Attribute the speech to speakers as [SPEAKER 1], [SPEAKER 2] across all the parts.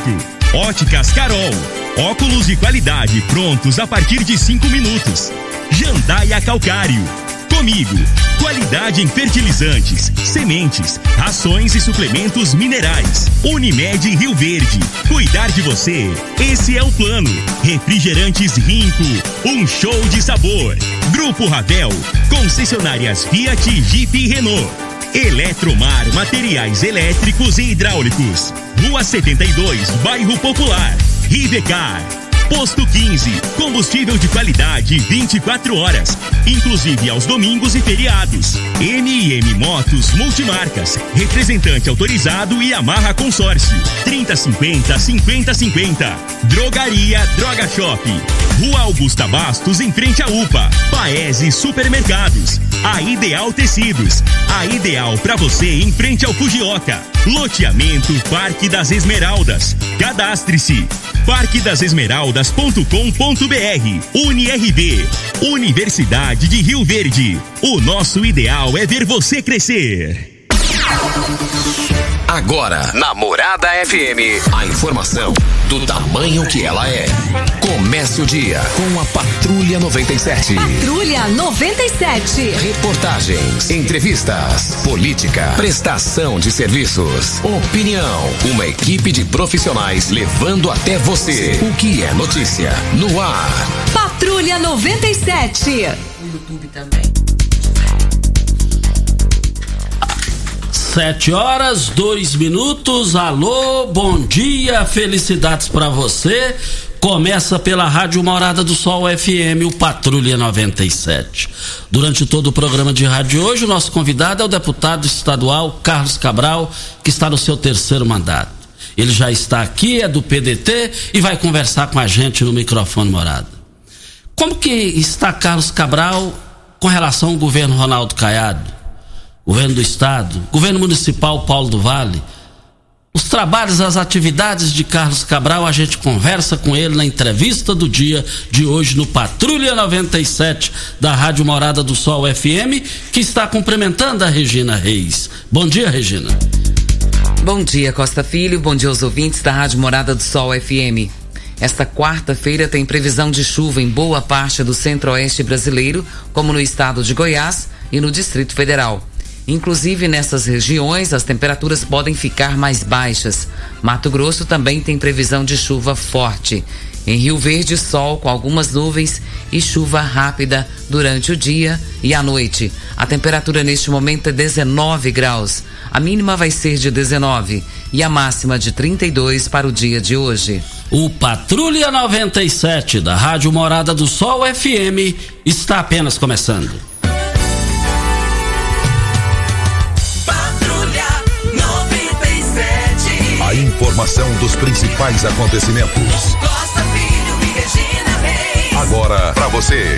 [SPEAKER 1] Óticas Carol, óculos de qualidade prontos a partir de 5 minutos. Jandaia Calcário, comigo, qualidade em fertilizantes, sementes, rações e suplementos minerais. Unimed Rio Verde, cuidar de você, esse é o plano. Refrigerantes Rinco, um show de sabor. Grupo Ravel, concessionárias Fiat, Jeep e Renault. Eletromar, materiais elétricos e hidráulicos. Rua 72, Bairro Popular. Rivecar. Posto 15, combustível de qualidade 24 horas, inclusive aos domingos e feriados. M&M Motos Multimarcas, representante autorizado e Yamaha Consórcio. 3050-5050. Drogaria Droga Shop. Rua Augusta Bastos, em frente à UPA. Paese Supermercados. A Ideal Tecidos. A ideal pra você em frente ao Fujioka. Loteamento Parque das Esmeraldas. Cadastre-se. parquedasesmeraldas.com.br. UniRV, Universidade de Rio Verde. O nosso ideal é ver você crescer.
[SPEAKER 2] Agora, na Morada FM, a informação do tamanho que ela é. Comece o dia com a Patrulha 97.
[SPEAKER 3] Patrulha 97.
[SPEAKER 2] Reportagens, entrevistas, política, prestação de serviços, opinião. Uma equipe de profissionais levando até você o que é notícia no ar.
[SPEAKER 3] Patrulha 97.
[SPEAKER 4] No YouTube também.
[SPEAKER 5] 7h02. Alô, bom dia, felicidades pra você. Começa pela Rádio Morada do Sol FM, o Patrulha 97. Durante todo o programa de rádio hoje, o nosso convidado é o deputado estadual Carlos Cabral, que está no seu 3º mandato. Ele já está aqui, é do PDT e vai conversar com a gente no microfone Morada. Como que está Carlos Cabral com relação ao governo Ronaldo Caiado? Governo do Estado, governo municipal Paulo do Vale, os trabalhos, as atividades de Carlos Cabral, a gente conversa com ele na entrevista do dia de hoje no Patrulha 97 da Rádio Morada do Sol FM, que está cumprimentando a Regina Reis. Bom dia, Regina.
[SPEAKER 4] Bom dia, Costa Filho, bom dia aos ouvintes da Rádio Morada do Sol FM. Esta quarta-feira tem previsão de chuva em boa parte do centro-oeste brasileiro, como no estado de Goiás e no Distrito Federal. Inclusive, nessas regiões, as temperaturas podem ficar mais baixas. Mato Grosso também tem previsão de chuva forte. Em Rio Verde, sol com algumas nuvens e chuva rápida durante o dia e a noite. A temperatura neste momento é 19 graus. A mínima vai ser de 19 e a máxima de 32 para o dia de hoje.
[SPEAKER 5] O Patrulha 97 da Rádio Morada do Sol FM está apenas começando.
[SPEAKER 6] A informação dos principais acontecimentos.
[SPEAKER 7] Costa Filho e Regina Reis.
[SPEAKER 6] Agora pra você.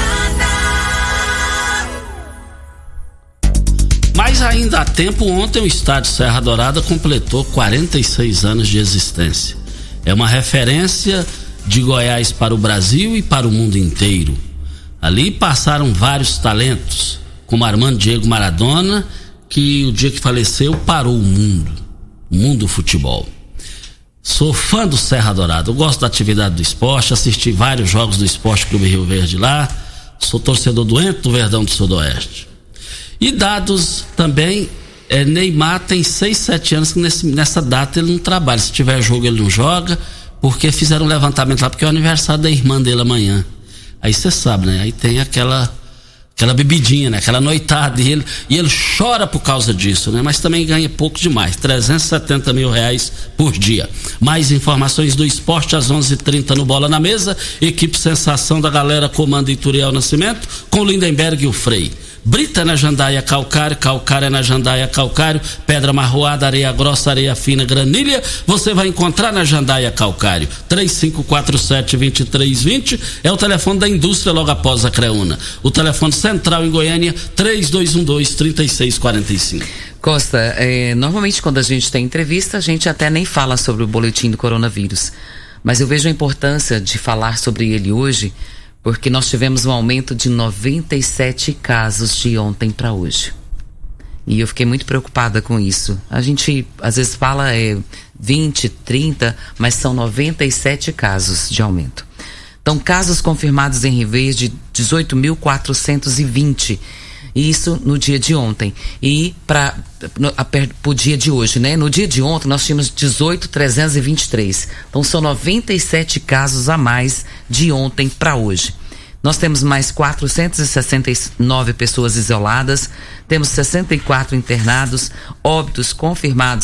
[SPEAKER 5] Mas ainda há tempo, ontem o estádio Serra Dourada completou 46 anos de existência. É uma referência de Goiás para o Brasil e para o mundo inteiro. Ali passaram vários talentos, como Armando Diego Maradona, que o dia que faleceu parou o mundo do futebol. Sou fã do Serra Dourada, eu gosto da atividade do esporte, assisti vários jogos do Esporte Clube Rio Verde lá, sou torcedor doente do Verdão do Sudoeste. E dados também, Neymar tem 6, 7 anos que nessa data ele não trabalha, se tiver jogo ele não joga, porque fizeram um levantamento lá, porque é o aniversário da irmã dele amanhã. Aí você sabe, né? Aí tem aquela bebidinha, né? Aquela noitada, e ele chora por causa disso, né? Mas também ganha pouco demais, R$370 mil por dia. Mais informações do esporte às 11h30 no Bola na Mesa. Equipe Sensação da Galera comanda Ituriel Nascimento com Lindenberg e o Frei. Brita na Jandaia Calcário, Calcário é na Jandaia Calcário, pedra marroada, areia grossa, areia fina, granilha, você vai encontrar na Jandaia Calcário. 3547-2320 é o telefone da indústria logo após a Creuna. O telefone central em Goiânia, 3212-3645.
[SPEAKER 4] Costa, normalmente quando a gente tem entrevista, a gente até nem fala sobre o boletim do coronavírus, mas eu vejo a importância de falar sobre ele hoje, porque nós tivemos um aumento de 97 casos de ontem para hoje. E eu fiquei muito preocupada com isso. A gente às vezes fala 20, 30, mas são 97 casos de aumento. Então, casos confirmados em Rio Verde, 18.420. Isso no dia de ontem. E para o dia de hoje, né? No dia de ontem nós tínhamos 18.323. Então são 97 casos a mais de ontem para hoje. Nós temos mais 469 pessoas isoladas, temos 64 internados, óbitos confirmados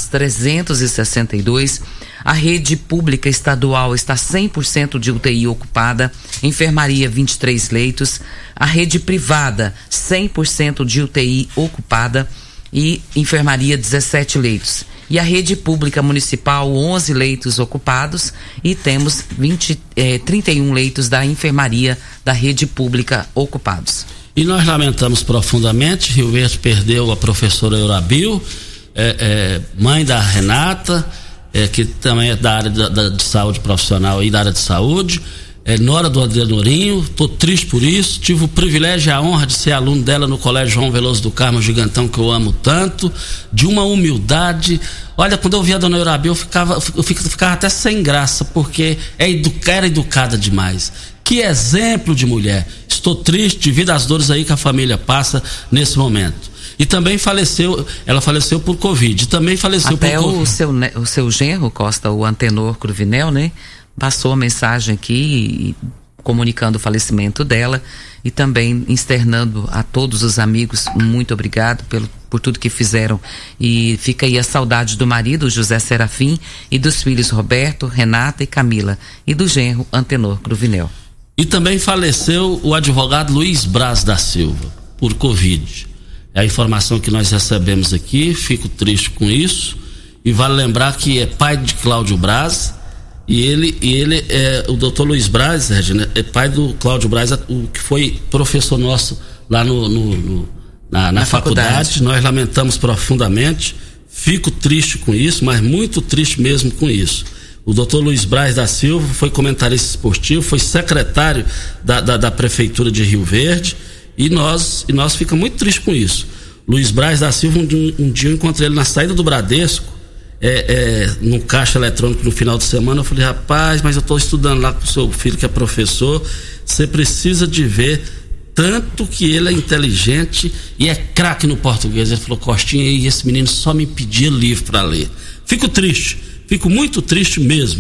[SPEAKER 4] 362. A rede pública estadual está 100% de UTI ocupada, enfermaria 23 leitos, a rede privada 100% de UTI ocupada e enfermaria 17 leitos. E a rede pública municipal, 11 leitos ocupados e temos 31 leitos da enfermaria da rede pública ocupados.
[SPEAKER 5] E nós lamentamos profundamente, Rio Verde perdeu a professora Eurabil, mãe da Renata, que também é da área de saúde profissional e da área de saúde, nora do Adenorinho. Estou triste por isso, tive o privilégio e a honra de ser aluno dela no Colégio João Veloso do Carmo Gigantão, que eu amo tanto, de uma humildade. Olha, quando eu via a dona Eurabil, eu ficava até sem graça, porque era educada demais. Que exemplo de mulher. Estou triste devido às dores aí que a família passa nesse momento. E também ela faleceu por Covid, também faleceu
[SPEAKER 4] até
[SPEAKER 5] por Covid.
[SPEAKER 4] O seu genro, Costa, o Antenor Cruvinel, né? Passou a mensagem aqui comunicando o falecimento dela e também externando a todos os amigos muito obrigado por tudo que fizeram. E fica aí a saudade do marido, José Serafim, e dos filhos Roberto, Renata e Camila, e do genro Antenor Cruvinel.
[SPEAKER 5] E também faleceu o advogado Luiz Braz da Silva por Covid. É a informação que nós recebemos aqui, fico triste com isso, e vale lembrar que é pai de Cláudio Braz. E ele o doutor Luiz Braz, Regina, é pai do Cláudio Braz, o que foi professor nosso lá na faculdade. Nós lamentamos profundamente, fico triste com isso, mas muito triste mesmo com isso. O doutor Luiz Braz da Silva foi comentarista esportivo, foi secretário da Prefeitura de Rio Verde, e nós ficamos muito tristes com isso. Luiz Braz da Silva, um dia eu encontrei ele na saída do Bradesco, no caixa eletrônico no final de semana. Eu falei: rapaz, mas eu estou estudando lá com o seu filho que é professor, você precisa de ver tanto que ele é inteligente e é craque no português. Ele falou: Costinha, e esse menino só me pedia livro para ler. Fico triste, fico muito triste mesmo.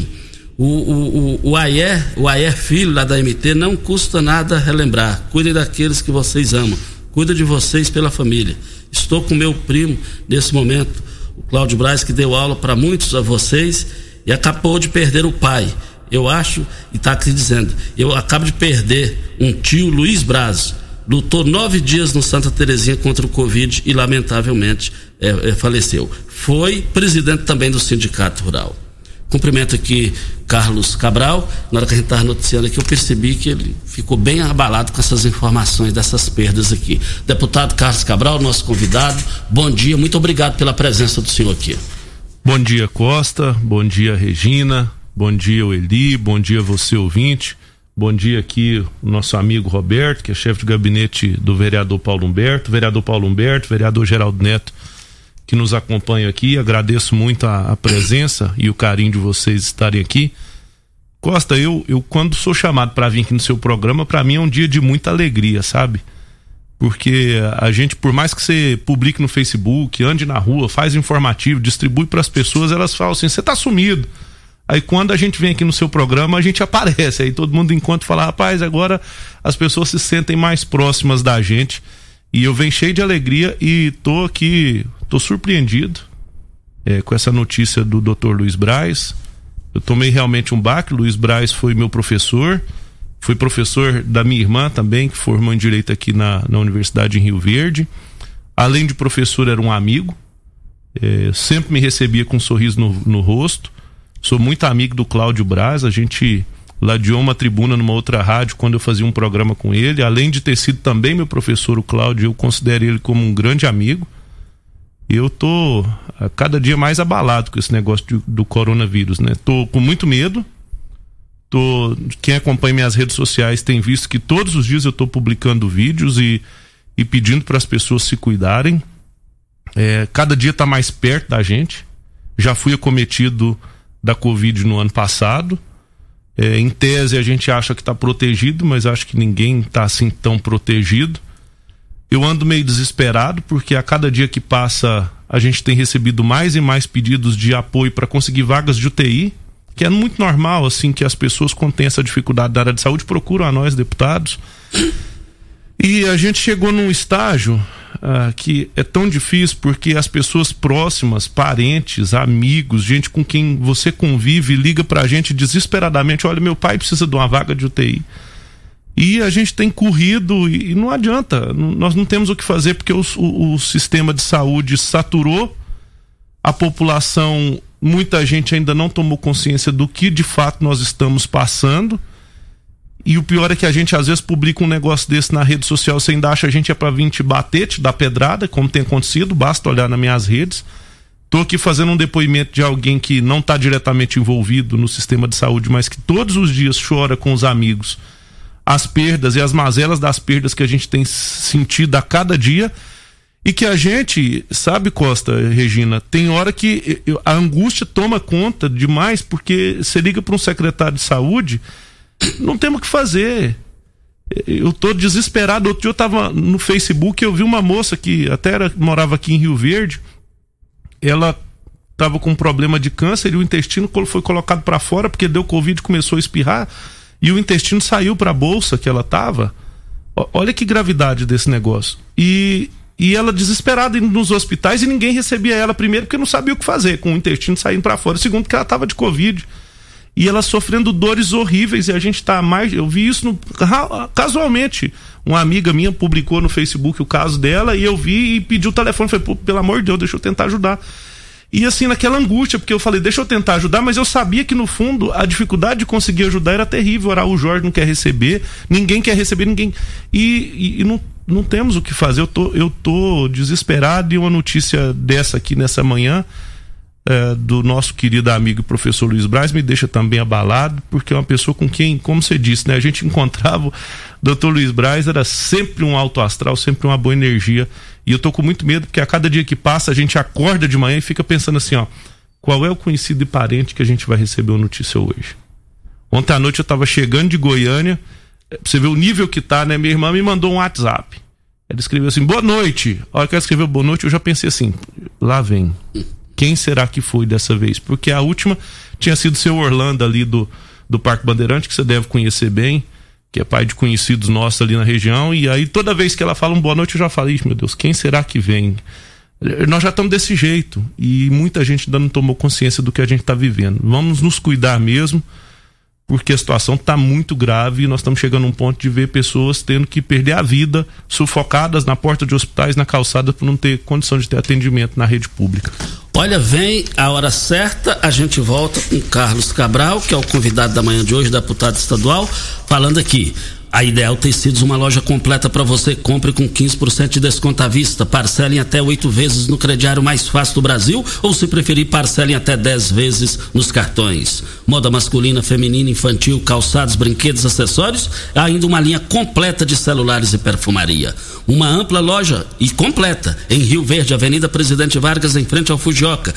[SPEAKER 5] O Ayer Filho lá da MT, não custa nada relembrar. Cuide daqueles que vocês amam, cuida de vocês pela família. Estou com meu primo nesse momento, o Cláudio Braz, que deu aula para muitos a vocês e acabou de perder o pai. Eu acho, e está aqui dizendo, eu acabo de perder um tio, Luiz Braz, lutou 9 dias no Santa Terezinha contra o Covid e lamentavelmente faleceu. Foi presidente também do Sindicato Rural. Cumprimento aqui Carlos Cabral. Na hora que a gente estava noticiando aqui, eu percebi que ele ficou bem abalado com essas informações dessas perdas aqui. Deputado Carlos Cabral, nosso convidado, bom dia, muito obrigado pela presença do senhor aqui.
[SPEAKER 8] Bom dia, Costa, bom dia, Regina, bom dia, Eli, bom dia, você ouvinte, bom dia aqui o nosso amigo Roberto, que é chefe de gabinete do vereador Paulo Humberto, vereador Geraldo Neto, que nos acompanham aqui. Agradeço muito a presença e o carinho de vocês estarem aqui. Costa, eu quando sou chamado para vir aqui no seu programa, para mim é um dia de muita alegria, sabe? Porque a gente, por mais que você publique no Facebook, ande na rua, faz informativo, distribui para as pessoas, elas falam assim: você tá sumido. Aí quando a gente vem aqui no seu programa, a gente aparece, aí todo mundo encontra e fala: rapaz, agora as pessoas se sentem mais próximas da gente. E eu venho cheio de alegria e tô surpreendido com essa notícia do Dr. Luiz Braz. Eu tomei realmente um baque. Luiz Braz foi meu professor, foi professor da minha irmã também, que formou em Direito aqui na Universidade em Rio Verde. Além de professor, era um amigo, sempre me recebia com um sorriso no rosto. Sou muito amigo do Cláudio Braz, a gente ladeou uma tribuna numa outra rádio quando eu fazia um programa com ele. Além de ter sido também meu professor, o Cláudio, eu considero ele como um grande amigo. Eu tô a cada dia mais abalado com esse negócio do coronavírus, né? Tô com muito medo. Quem acompanha minhas redes sociais tem visto que todos os dias eu tô publicando vídeos e pedindo para as pessoas se cuidarem. cada dia está mais perto da gente. Já fui acometido da Covid no ano passado. Em tese a gente acha que está protegido, mas acho que ninguém está assim tão protegido. Eu ando meio desesperado porque a cada dia que passa a gente tem recebido mais e mais pedidos de apoio para conseguir vagas de UTI, que é muito normal assim que as pessoas, quando têm essa dificuldade da área de saúde, procuram a nós, deputados. E a gente chegou num estágio que é tão difícil porque as pessoas próximas, parentes, amigos, gente com quem você convive, liga pra gente desesperadamente: olha, meu pai precisa de uma vaga de UTI. E a gente tem corrido e não adianta, nós não temos o que fazer porque o sistema de saúde saturou, a população, muita gente ainda não tomou consciência do que de fato nós estamos passando. E o pior é que a gente às vezes publica um negócio desse na rede social, você ainda acha a gente é pra vir te bater, te dar pedrada, como tem acontecido, basta olhar nas minhas redes. Tô aqui fazendo um depoimento de alguém que não está diretamente envolvido no sistema de saúde, mas que todos os dias chora com os amigos as perdas e as mazelas das perdas que a gente tem sentido a cada dia. E que a gente, sabe, Costa, Regina, tem hora que a angústia toma conta demais, porque você liga para um secretário de saúde, não temos o que fazer. Eu tô desesperado. Outro dia eu tava no Facebook, eu vi uma moça que até morava aqui em Rio Verde. Ela tava com um problema de câncer e o intestino foi colocado para fora porque deu Covid, começou a espirrar e o intestino saiu para a bolsa que ela tava. Olha que gravidade desse negócio. E ela desesperada indo nos hospitais e ninguém recebia ela, primeiro porque não sabia o que fazer com o intestino saindo para fora, segundo porque ela tava de Covid. E ela sofrendo dores horríveis, e a gente tá mais... Eu vi isso casualmente. Uma amiga minha publicou no Facebook o caso dela, e eu vi e pedi o telefone. Falei, pelo amor de Deus, deixa eu tentar ajudar. E assim, naquela angústia, porque eu falei, deixa eu tentar ajudar, mas eu sabia que no fundo a dificuldade de conseguir ajudar era terrível. O Jorge não quer receber, ninguém quer receber, ninguém... E não temos o que fazer. Eu tô desesperado, e uma notícia dessa aqui nessa manhã... do nosso querido amigo e professor Luiz Braz me deixa também abalado, porque é uma pessoa com quem, como você disse, né, a gente encontrava o Dr. Luiz Braz, era sempre um alto astral, sempre uma boa energia, e eu tô com muito medo, porque a cada dia que passa a gente acorda de manhã e fica pensando assim, qual é o conhecido e parente que a gente vai receber uma notícia hoje? Ontem à noite eu tava chegando de Goiânia, pra você ver o nível que tá, né, minha irmã me mandou um WhatsApp, ela escreveu assim, boa noite. A hora que ela escreveu boa noite, eu já pensei assim, lá vem. Quem será que foi dessa vez? Porque a última tinha sido o seu Orlando ali do Parque Bandeirante, que você deve conhecer bem, que é pai de conhecidos nossos ali na região, e aí toda vez que ela fala um boa noite eu já falei, meu Deus, quem será que vem? Nós já estamos desse jeito e muita gente ainda não tomou consciência do que a gente está vivendo. Vamos nos cuidar mesmo, porque a situação está muito grave e nós estamos chegando a um ponto de ver pessoas tendo que perder a vida, sufocadas na porta de hospitais, na calçada, por não ter condição de ter atendimento na rede pública.
[SPEAKER 5] Olha, vem a hora certa, a gente volta com Carlos Cabral, que é o convidado da manhã de hoje, deputado estadual, falando aqui. A Ideal Tecidos, uma loja completa para você. Compre com 15% de desconto à vista. Parcelem até 8 vezes no crediário mais fácil do Brasil, ou se preferir, parcelem até 10 vezes nos cartões. Moda masculina, feminina, infantil, calçados, brinquedos, acessórios, ainda uma linha completa de celulares e perfumaria. Uma ampla loja e completa em Rio Verde, Avenida Presidente Vargas, em frente ao Fujioka.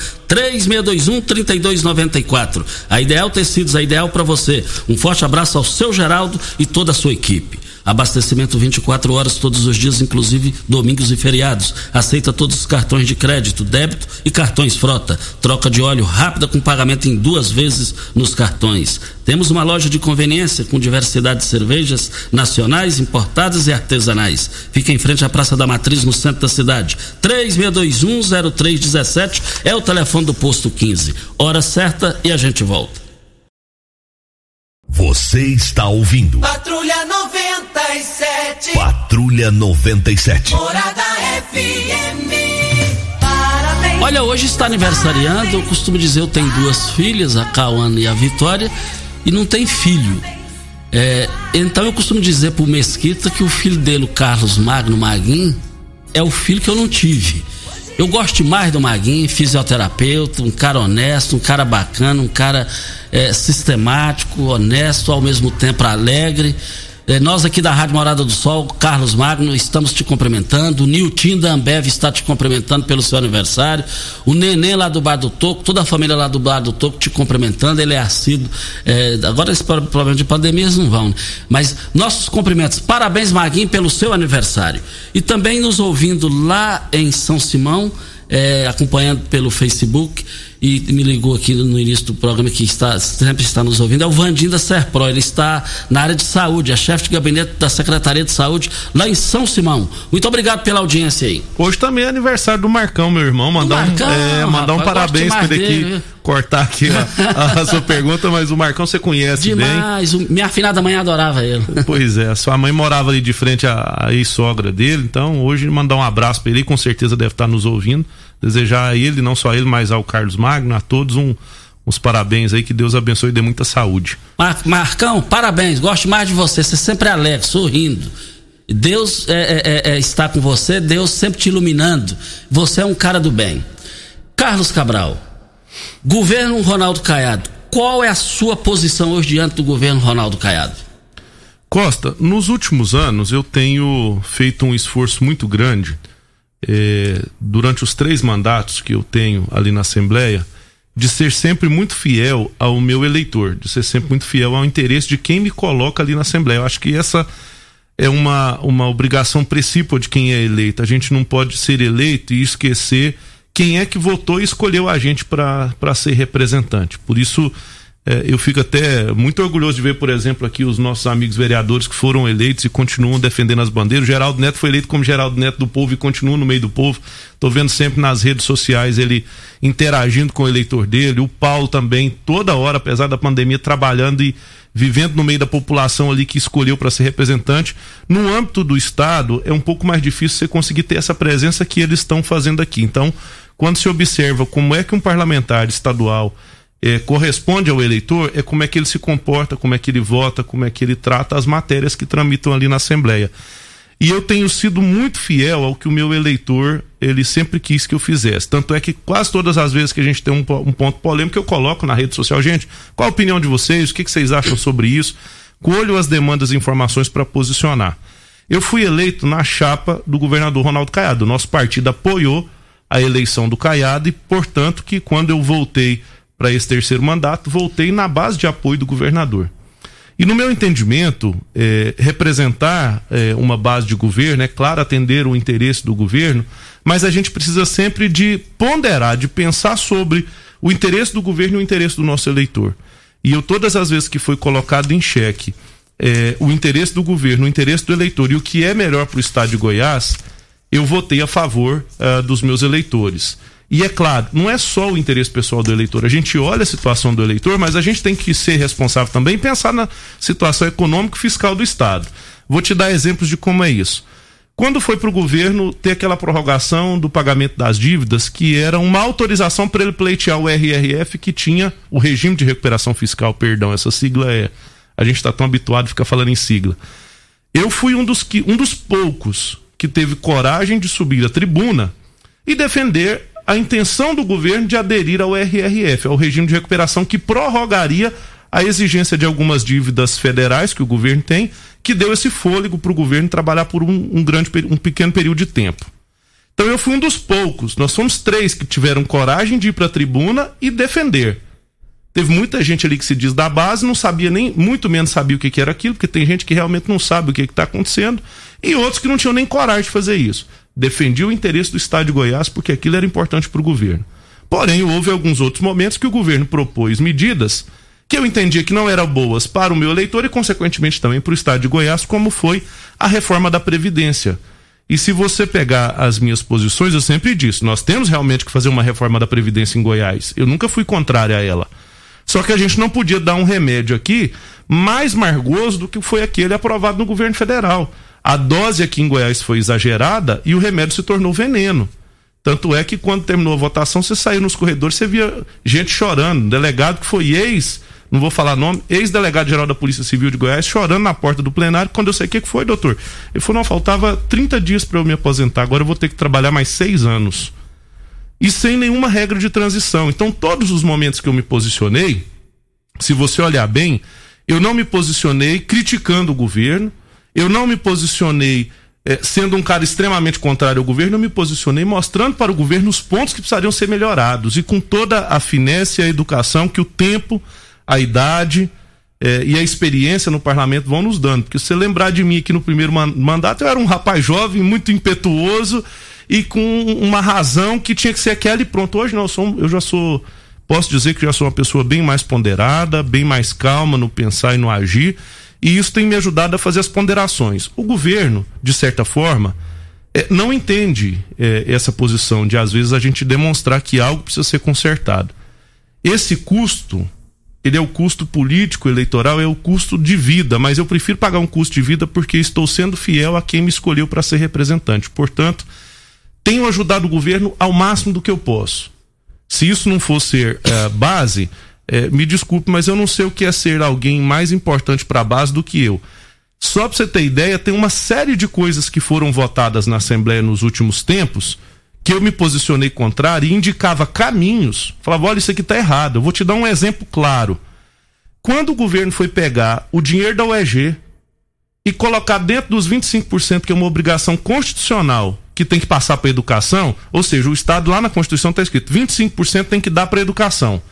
[SPEAKER 5] 3621-3294. A Ideal Tecidos, a ideal para você. Um forte abraço ao seu Geraldo e toda a sua equipe. Abastecimento 24 horas todos os dias, inclusive domingos e feriados. Aceita todos os cartões de crédito, débito e cartões frota. Troca de óleo rápida com pagamento em 2 vezes nos cartões. Temos uma loja de conveniência com diversidade de cervejas nacionais, importadas e artesanais. Fica em frente à Praça da Matriz, no centro da cidade. 3621-0317 é o telefone do posto 15. Hora certa e a gente volta.
[SPEAKER 6] Você está ouvindo
[SPEAKER 7] Patrulha 97.
[SPEAKER 6] Patrulha 97.
[SPEAKER 7] Morada FM. Parabéns.
[SPEAKER 5] Olha, hoje está aniversariando, eu costumo dizer, eu tenho 2 filhas, a Cauana e a Vitória, e não tem filho. Então eu costumo dizer pro Mesquita que o filho dele, o Carlos Magno Maguinho, é o filho que eu não tive. Eu gosto demais do Maguinho, fisioterapeuta, um cara honesto, um cara bacana, um cara sistemático, honesto, ao mesmo tempo alegre. Nós aqui da Rádio Morada do Sol, Carlos Magno, estamos te cumprimentando. O Nilton da Ambev está te cumprimentando pelo seu aniversário. O Nenê lá do Bar do Toco, toda a família lá do Bar do Toco te cumprimentando. Ele é assíduo. Agora esse problema de pandemia eles não vão, né? Mas nossos cumprimentos. Parabéns, Maguinho, pelo seu aniversário. E também nos ouvindo lá em São Simão, acompanhando pelo Facebook, e me ligou aqui no início do programa, que sempre está nos ouvindo, é o Vandim da Serpro. Ele está na área de saúde, é chefe de gabinete da Secretaria de Saúde lá em São Simão. Muito obrigado pela audiência aí.
[SPEAKER 8] Hoje também é aniversário do Marcão, meu irmão. Mandar um parabéns para ele aqui. Cortar aqui a sua pergunta, mas o Marcão você conhece
[SPEAKER 5] demais, bem. Minha afinada mãe adorava ele.
[SPEAKER 8] Pois é, sua mãe morava ali de frente à ex-sogra dele, então hoje mandar um abraço para ele, com certeza deve estar nos ouvindo. Desejar a ele, não só a ele, mas ao Carlos Magno, a todos uns parabéns aí, que Deus abençoe e dê muita saúde.
[SPEAKER 5] Marcão, parabéns, gosto mais de você sempre alegre, sorrindo. Deus está com você, Deus sempre te iluminando. Você é um cara do bem. Carlos Cabral, governo Ronaldo Caiado, qual é a sua posição hoje diante do governo Ronaldo Caiado?
[SPEAKER 8] Costa, nos últimos anos eu tenho feito um esforço muito grande, durante os 3 mandatos que eu tenho ali na Assembleia, de ser sempre muito fiel ao meu eleitor, de ser sempre muito fiel ao interesse de quem me coloca ali na Assembleia. Eu acho que essa é uma obrigação precípua de quem é eleito. A gente não pode ser eleito e esquecer quem é que votou e escolheu a gente para ser representante. Por isso, eu fico até muito orgulhoso de ver, por exemplo, aqui os nossos amigos vereadores que foram eleitos e continuam defendendo as bandeiras. O Geraldo Neto foi eleito como Geraldo Neto do povo e continua no meio do povo. Estou vendo sempre nas redes sociais ele interagindo com o eleitor dele. O Paulo também, toda hora, apesar da pandemia, trabalhando e vivendo no meio da população ali que escolheu para ser representante. No âmbito do Estado, é um pouco mais difícil você conseguir ter essa presença que eles estão fazendo aqui. Então, quando se observa como é que um parlamentar estadual corresponde ao eleitor, é como é que ele se comporta, como é que ele vota, como é que ele trata as matérias que tramitam ali na Assembleia. E eu tenho sido muito fiel ao que o meu eleitor, ele sempre quis que eu fizesse. Tanto é que quase todas as vezes que a gente tem um ponto polêmico, eu coloco na rede social: gente, qual a opinião de vocês? O que vocês acham sobre isso? Colho as demandas e informações para posicionar. Eu fui eleito na chapa do governador Ronaldo Caiado. O nosso partido apoiou a eleição do Caiado e, portanto, que quando eu voltei para esse 3º mandato, voltei na base de apoio do governador. E no meu entendimento, representar uma base de governo, é claro, atender o interesse do governo, mas a gente precisa sempre de ponderar, de pensar sobre o interesse do governo e o interesse do nosso eleitor. E eu, todas as vezes que foi colocado em xeque o interesse do governo, o interesse do eleitor e o que é melhor para o estado de Goiás, eu votei a favor dos meus eleitores. E é claro, não é só o interesse pessoal do eleitor, a gente olha a situação do eleitor, mas a gente tem que ser responsável também e pensar na situação econômica e fiscal do Estado. Vou te dar exemplos de como é isso. Quando foi para o governo ter aquela prorrogação do pagamento das dívidas, que era uma autorização para ele pleitear o RRF, que tinha o regime de recuperação fiscal, perdão, essa sigla a gente está tão habituado a ficar falando em sigla. Eu fui um dos poucos que teve coragem de subir à tribuna e defender a intenção do governo de aderir ao RRF, ao regime de recuperação que prorrogaria a exigência de algumas dívidas federais que o governo tem, que deu esse fôlego para o governo trabalhar por um pequeno período de tempo. Então eu fui um dos poucos, nós fomos 3 que tiveram coragem de ir para a tribuna e defender. Teve muita gente ali que se diz da base, não sabia nem, muito menos sabia o que era aquilo, porque tem gente que realmente não sabe o que está acontecendo, e outros que não tinham nem coragem de fazer isso. Defendi o interesse do estado de Goiás porque aquilo era importante para o governo. Porém, houve alguns outros momentos que o governo propôs medidas que eu entendia que não eram boas para o meu eleitor e, consequentemente, também para o estado de Goiás, como foi a reforma da Previdência. E se você pegar as minhas posições, eu sempre disse, nós temos realmente que fazer uma reforma da Previdência em Goiás. Eu nunca fui contrário a ela. Só que a gente não podia dar um remédio aqui mais margoso do que foi aquele aprovado no governo federal. A dose aqui em Goiás foi exagerada e o remédio se tornou veneno. Tanto é que quando terminou a votação, você saiu nos corredores, você via gente chorando, delegado que foi não vou falar nome, ex-delegado-geral da Polícia Civil de Goiás, chorando na porta do plenário. Quando eu sei o que foi, doutor, ele falou: não, faltava 30 dias para eu me aposentar, agora eu vou ter que trabalhar mais 6 anos. E sem nenhuma regra de transição. Então, todos os momentos que eu me posicionei, se você olhar bem, eu não me posicionei criticando o governo, Eu não me posicionei sendo um cara extremamente contrário ao governo, eu me posicionei mostrando para o governo os pontos que precisariam ser melhorados e com toda a finesse e a educação que o tempo, a idade e a experiência no parlamento vão nos dando. Porque se você lembrar de mim aqui no primeiro mandato, eu era um rapaz jovem, muito impetuoso e com uma razão que tinha que ser aquela e pronto. Hoje não, posso dizer que já sou uma pessoa bem mais ponderada, bem mais calma no pensar e no agir, e isso tem me ajudado a fazer as ponderações. O governo, de certa forma, não entende essa posição de às vezes a gente demonstrar que algo precisa ser consertado. Esse custo, ele é o custo político, eleitoral, é o custo de vida, mas eu prefiro pagar um custo de vida porque estou sendo fiel a quem me escolheu para ser representante. Portanto, tenho ajudado o governo ao máximo do que eu posso. Se isso não for ser base, me desculpe, mas eu não sei o que é ser alguém mais importante para a base do que eu. Só para você ter ideia, tem uma série de coisas que foram votadas na Assembleia nos últimos tempos que eu me posicionei contrário e indicava caminhos. Falava, olha, isso aqui está errado. Eu vou te dar um exemplo claro. Quando o governo foi pegar o dinheiro da UEG e colocar dentro dos 25%, que é uma obrigação constitucional que tem que passar para a educação, ou seja, o Estado lá na Constituição está escrito 25% tem que dar para a educação.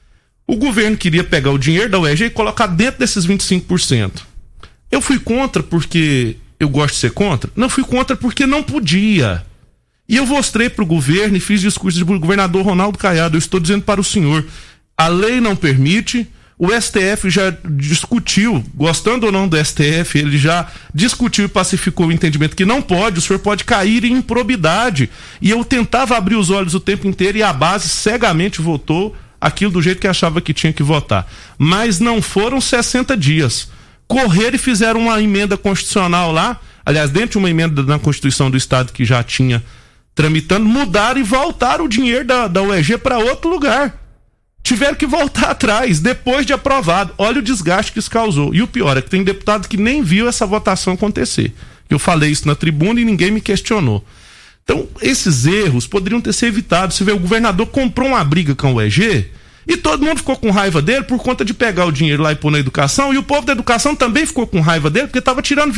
[SPEAKER 8] O governo queria pegar o dinheiro da UEG e colocar dentro desses 25%. Eu fui contra porque eu gosto de ser contra? Não, fui contra porque não podia. E eu mostrei para o governo e fiz discurso de governador Ronaldo Caiado. Eu estou dizendo para o senhor, a lei não permite, o STF já discutiu, gostando ou não do STF, ele já discutiu e pacificou o entendimento que não pode, o senhor pode cair em improbidade. E eu tentava abrir os olhos o tempo inteiro e a base cegamente votou aquilo do jeito que achava que tinha que votar. Mas não foram 60 dias. Correram e fizeram uma emenda constitucional lá, aliás, dentro de uma emenda na Constituição do Estado que já tinha tramitando, mudaram e voltaram o dinheiro da UEG para outro lugar. Tiveram que voltar atrás, depois de aprovado. Olha o desgaste que isso causou. E o pior é que tem deputado que nem viu essa votação acontecer. Eu falei isso na tribuna e ninguém me questionou. Então, esses erros poderiam ter sido evitados. Você vê, o governador comprou uma briga com o UEG e todo mundo ficou com raiva dele por conta de pegar o dinheiro lá e pôr na educação, e o povo da educação também ficou com raiva dele porque estava tirando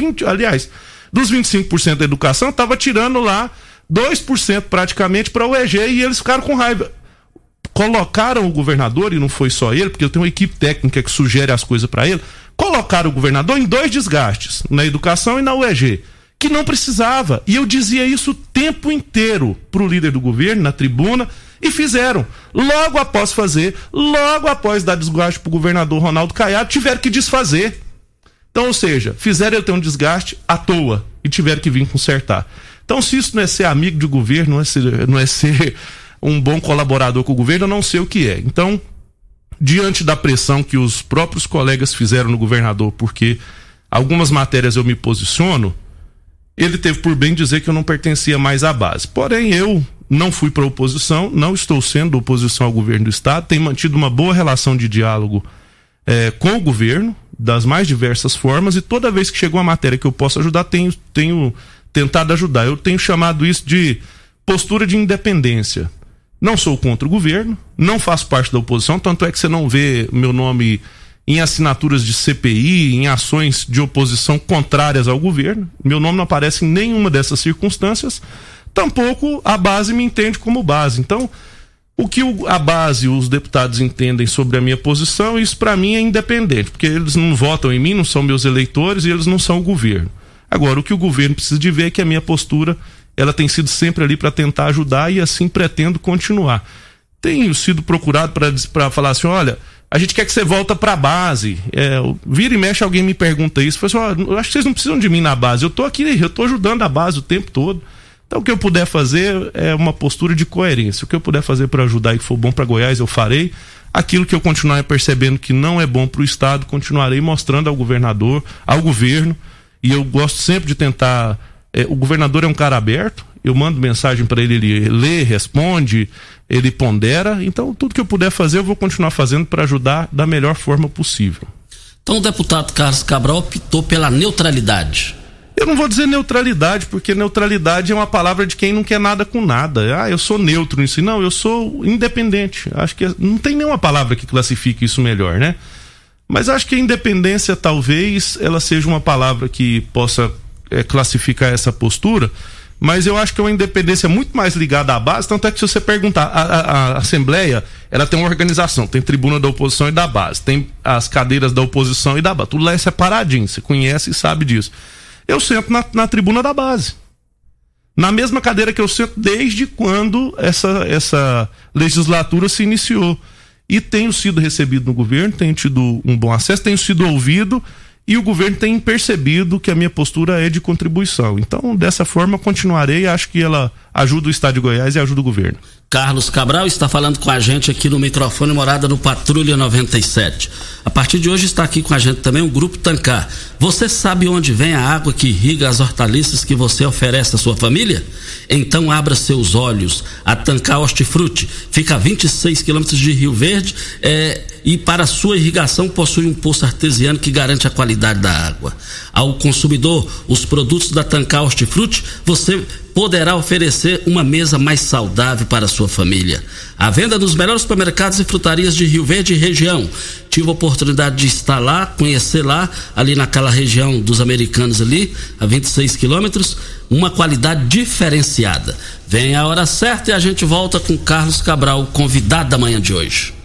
[SPEAKER 8] dos 25% da educação, estava tirando lá 2% praticamente para o UEG e eles ficaram com raiva. Colocaram o governador, e não foi só ele, porque eu tenho uma equipe técnica que sugere as coisas para ele, colocaram o governador em 2 desgastes, na educação e na UEG, que não precisava. E eu dizia isso o tempo inteiro pro líder do governo, na tribuna, e fizeram. Logo após dar desgaste pro governador Ronaldo Caiado, tiveram que desfazer. Então, ou seja, fizeram ele ter um desgaste à toa e tiveram que vir consertar. Então, se isso não é ser amigo de governo, não é ser um bom colaborador com o governo, eu não sei o que é. Então, diante da pressão que os próprios colegas fizeram no governador, porque algumas matérias eu me posiciono, ele teve por bem dizer que eu não pertencia mais à base. Porém, eu não fui para a oposição, não estou sendo oposição ao governo do Estado, tenho mantido uma boa relação de diálogo com o governo, das mais diversas formas, e toda vez que chegou uma matéria que eu possa ajudar, tenho tentado ajudar. Eu tenho chamado isso de postura de independência. Não sou contra o governo, não faço parte da oposição, tanto é que você não vê meu nome em assinaturas de CPI, em ações de oposição contrárias ao governo. Meu nome não aparece em nenhuma dessas circunstâncias, tampouco a base me entende como base. Então, o que a base, os deputados entendem sobre a minha posição, isso para mim é independente, porque eles não votam em mim, não são meus eleitores e eles não são o governo. Agora, o que o governo precisa de ver é que a minha postura, ela tem sido sempre ali para tentar ajudar e assim pretendo continuar. Tenho sido procurado para falar assim, olha, a gente quer que você volta para a base. Vira e mexe, alguém me pergunta isso. Eu falo assim, eu acho que vocês não precisam de mim na base. Eu tô aqui, eu tô ajudando a base o tempo todo. Então, o que eu puder fazer é uma postura de coerência. O que eu puder fazer para ajudar e que for bom para Goiás, eu farei. Aquilo que eu continuar percebendo que não é bom para o Estado, continuarei mostrando ao governador, ao governo. E eu gosto sempre de tentar. O governador é um cara aberto. Eu mando mensagem para ele lê, responde, ele pondera. Então, tudo que eu puder fazer, eu vou continuar fazendo para ajudar da melhor forma possível.
[SPEAKER 5] Então, o deputado Carlos Cabral optou pela neutralidade.
[SPEAKER 8] Eu não vou dizer neutralidade, porque neutralidade é uma palavra de quem não quer nada com nada. Eu sou neutro nisso. Não, eu sou independente. Acho que não tem nenhuma palavra que classifique isso melhor, né? Mas acho que a independência talvez ela seja uma palavra que possa classificar essa postura, mas eu acho que é uma independência muito mais ligada à base, tanto é que se você perguntar, a Assembleia, ela tem uma organização, tem tribuna da oposição e da base, tem as cadeiras da oposição e da base, tudo lá é separadinho, você conhece e sabe disso. Eu sento na tribuna da base, na mesma cadeira que eu sento desde quando essa legislatura se iniciou, e tenho sido recebido no governo, tenho tido um bom acesso, tenho sido ouvido, e o governo tem percebido que a minha postura é de contribuição. Então, dessa forma, continuarei. Acho que ela ajuda o Estado de Goiás e ajuda o governo.
[SPEAKER 5] Carlos Cabral está falando com a gente aqui no microfone Morada no Patrulha 97. A partir de hoje está aqui com a gente também o Grupo Tancar. Você sabe onde vem a água que irriga as hortaliças que você oferece à sua família? Então abra seus olhos. A Tancar Hortifruti fica a 26 quilômetros de Rio Verde e para sua irrigação possui um poço artesiano que garante a qualidade da água. Ao consumidor, os produtos da Tancar Hortifruti, você poderá oferecer uma mesa mais saudável para a sua família. A venda nos melhores supermercados e frutarias de Rio Verde e região. Tive a oportunidade de estar lá, conhecer lá, ali naquela região dos Americanos ali, a 26 quilômetros, uma qualidade diferenciada. Vem a hora certa e a gente volta com Carlos Cabral, convidado da manhã de hoje.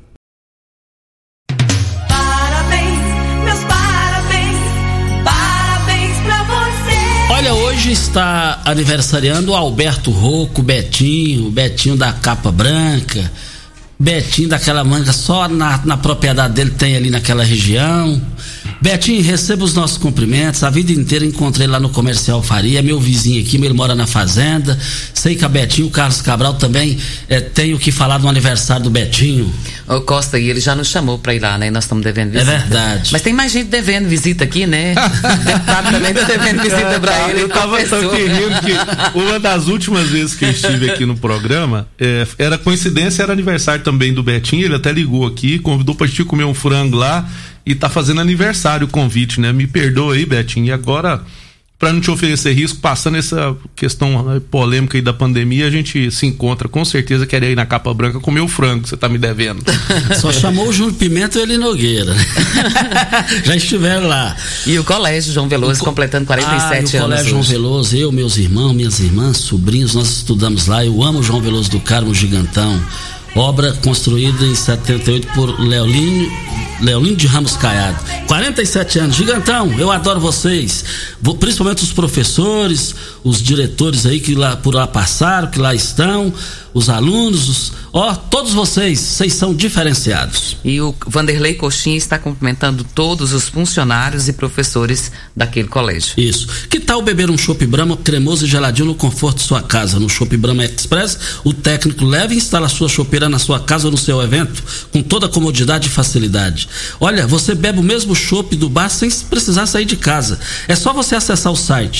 [SPEAKER 5] Olha, hoje está aniversariando o Alberto Rocco, o Betinho da capa branca, Betinho daquela manga só na propriedade dele tem ali naquela região. Betinho, receba os nossos cumprimentos. A vida inteira encontrei lá no Comercial Faria, meu vizinho aqui, ele mora na fazenda. Sei que a Betinho, o Carlos Cabral também tem o que falar do aniversário do Betinho.
[SPEAKER 4] Ô Costa, e ele já nos chamou pra ir lá, né? Nós estamos devendo visita.
[SPEAKER 5] É verdade.
[SPEAKER 4] Mas tem mais gente devendo visita aqui, né? O deputado também tá devendo visita pra ele.
[SPEAKER 8] Eu tava rindo que uma das últimas vezes que eu estive aqui no programa, era coincidência, era aniversário também do Betinho, ele até ligou aqui, convidou pra gente comer um frango lá e tá fazendo aniversário o convite, né? Me perdoa aí, Betinho, e agora, pra não te oferecer risco, passando essa questão polêmica aí da pandemia, a gente se encontra, com certeza, querer ir na Capa Branca comer o frango que você tá me devendo.
[SPEAKER 5] Só chamou o Júnior Pimenta e ele Nogueira. Já estiveram lá.
[SPEAKER 4] E o Colégio João Veloso completando 47 anos.
[SPEAKER 5] O Colégio João Veloso, eu, meus irmãos, minhas irmãs, sobrinhos, nós estudamos lá. Eu amo o João Veloso do Carmo, Gigantão. Obra construída em 78 por Leolino de Ramos Caiado. 47 anos. Gigantão, eu adoro vocês. Principalmente os professores, os diretores aí que lá por lá passaram, que lá estão, os alunos, todos vocês são diferenciados.
[SPEAKER 4] E o Vanderlei Coxinha está cumprimentando todos os funcionários e professores daquele colégio.
[SPEAKER 5] Isso. Que tal beber um Chopp Brahma cremoso e geladinho no conforto de sua casa? No Chopp Brahma Express, o técnico leva e instala a sua chopeira na sua casa ou no seu evento, com toda a comodidade e facilidade. Olha, você bebe o mesmo chopp do bar sem precisar sair de casa. É só você acessar o site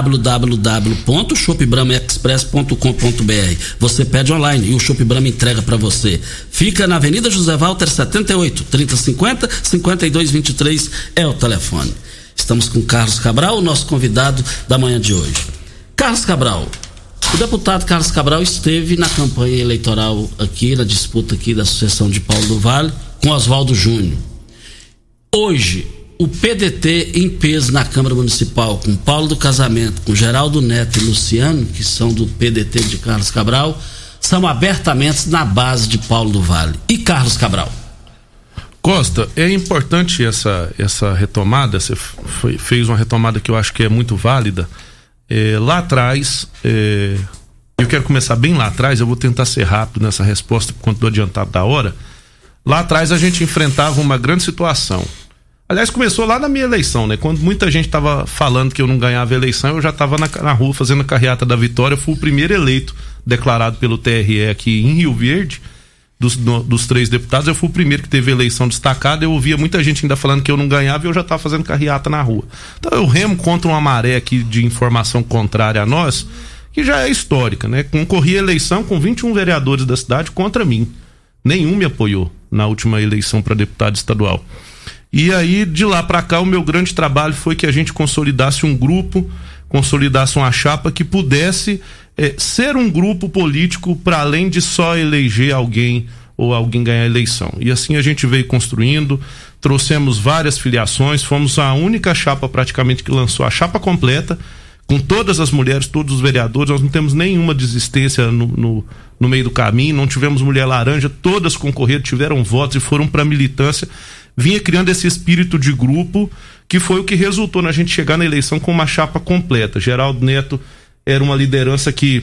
[SPEAKER 5] www.choppbrahmaexpress.com.br. Você pede online e o Chopp Brahma entrega para você. Fica na Avenida José Walter 78, 3050 5223 é o telefone. Estamos com Carlos Cabral, o nosso convidado da manhã de hoje. Carlos Cabral, o deputado Carlos Cabral esteve na campanha eleitoral aqui, na disputa aqui da sucessão de Paulo do Vale com Oswaldo Júnior. Hoje, o PDT em peso na Câmara Municipal, com Paulo do Casamento, com Geraldo Neto e Luciano, que são do PDT de Carlos Cabral, são abertamente na base de Paulo do Vale. E Carlos Cabral?
[SPEAKER 8] Costa, é importante essa retomada, você fez uma retomada que eu acho que é muito válida. Lá atrás, eu quero começar bem lá atrás, eu vou tentar ser rápido nessa resposta, por conta do adiantado da hora. Lá atrás a gente enfrentava uma grande situação. Aliás, começou lá na minha eleição, né? Quando muita gente estava falando que eu não ganhava a eleição, eu já estava na rua fazendo a carreata da vitória. Eu fui o primeiro eleito declarado pelo TRE aqui em Rio Verde, dos 3 deputados. Eu fui o primeiro que teve eleição destacada. Eu ouvia muita gente ainda falando que eu não ganhava e eu já estava fazendo carreata na rua. Então eu remo contra uma maré aqui de informação contrária a nós, que já é histórica, né? Concorri à eleição com 21 vereadores da cidade contra mim. Nenhum me apoiou na última eleição para deputado estadual. E aí, de lá para cá, o meu grande trabalho foi que a gente consolidasse um grupo, consolidasse uma chapa que pudesse ser um grupo político para além de só eleger alguém ou alguém ganhar a eleição. E assim a gente veio construindo, trouxemos várias filiações, fomos a única chapa praticamente que lançou a chapa completa, com todas as mulheres, todos os vereadores. Nós não temos nenhuma desistência no meio do caminho, não tivemos mulher laranja, todas concorreram, tiveram votos e foram para a militância. Vinha criando esse espírito de grupo, que foi o que resultou na gente chegar na eleição com uma chapa completa. Geraldo Neto era uma liderança que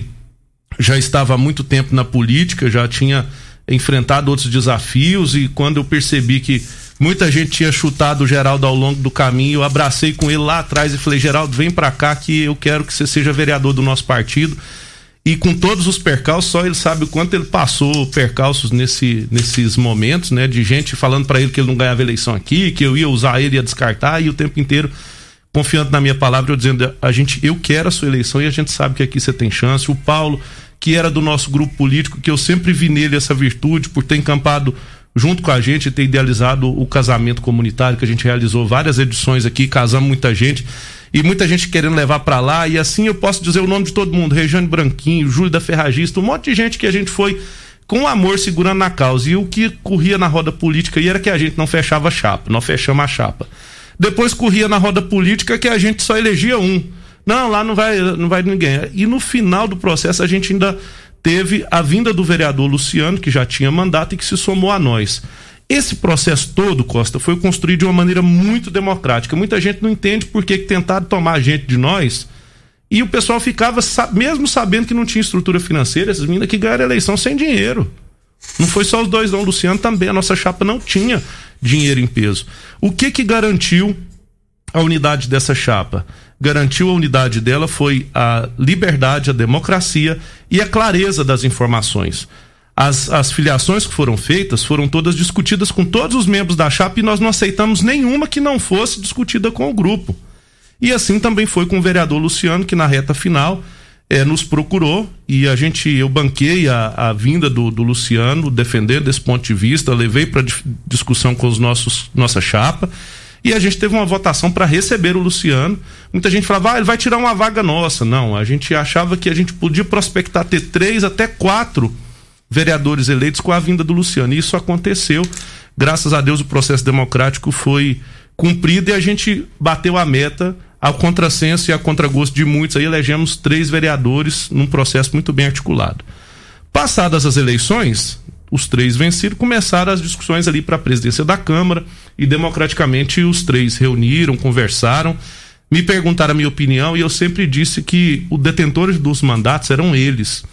[SPEAKER 8] já estava há muito tempo na política, já tinha enfrentado outros desafios, e quando eu percebi que muita gente tinha chutado o Geraldo ao longo do caminho, eu abracei com ele lá atrás e falei: Geraldo, vem pra cá que eu quero que você seja vereador do nosso partido. E com todos os percalços, só ele sabe o quanto ele passou percalços nesses momentos, né? De gente falando pra ele que ele não ganhava eleição aqui, que eu ia usar ele e ia descartar, e o tempo inteiro confiando na minha palavra, eu dizendo: eu quero a sua eleição e a gente sabe que aqui você tem chance. O Paulo, que era do nosso grupo político, que eu sempre vi nele essa virtude, por ter encampado junto com a gente e ter idealizado o casamento comunitário, que a gente realizou várias edições aqui, casamos muita gente, e muita gente querendo levar pra lá, e assim eu posso dizer o nome de todo mundo: Regiane Branquinho, Júlio da Ferragista, um monte de gente que a gente foi com amor segurando na causa. E o que corria na roda política era que a gente não fechava a chapa, nós fechamos a chapa. Depois corria na roda política que a gente só elegia um. Não, lá não vai ninguém. E no final do processo a gente ainda teve a vinda do vereador Luciano, que já tinha mandato e que se somou a nós. Esse processo todo, Costa, foi construído de uma maneira muito democrática. Muita gente não entende por que tentaram tomar a gente de nós, e o pessoal ficava, mesmo sabendo que não tinha estrutura financeira, essas meninas que ganharam a eleição sem dinheiro. Não foi só os dois não, o Luciano também, a nossa chapa não tinha dinheiro em peso. O que garantiu a unidade dessa chapa? Garantiu a unidade dela foi a liberdade, a democracia e a clareza das informações. As filiações que foram feitas foram todas discutidas com todos os membros da chapa, e nós não aceitamos nenhuma que não fosse discutida com o grupo. E assim também foi com o vereador Luciano, que na reta final nos procurou, e eu banquei a vinda do Luciano, defendendo esse ponto de vista, levei para discussão com nossa chapa, e a gente teve uma votação para receber o Luciano. Muita gente falava: ele vai tirar uma vaga nossa. Não, a gente achava que a gente podia prospectar ter 3 até 4 vereadores eleitos com a vinda do Luciano, e isso aconteceu. Graças a Deus o processo democrático foi cumprido e a gente bateu a meta, ao contrassenso e a contragosto de muitos. Aí elegemos 3 vereadores num processo muito bem articulado. Passadas as eleições, os 3 vencidos, começaram as discussões ali para a presidência da Câmara, e democraticamente os 3 reuniram, conversaram, me perguntaram a minha opinião, e eu sempre disse que os detentores dos mandatos eram eles.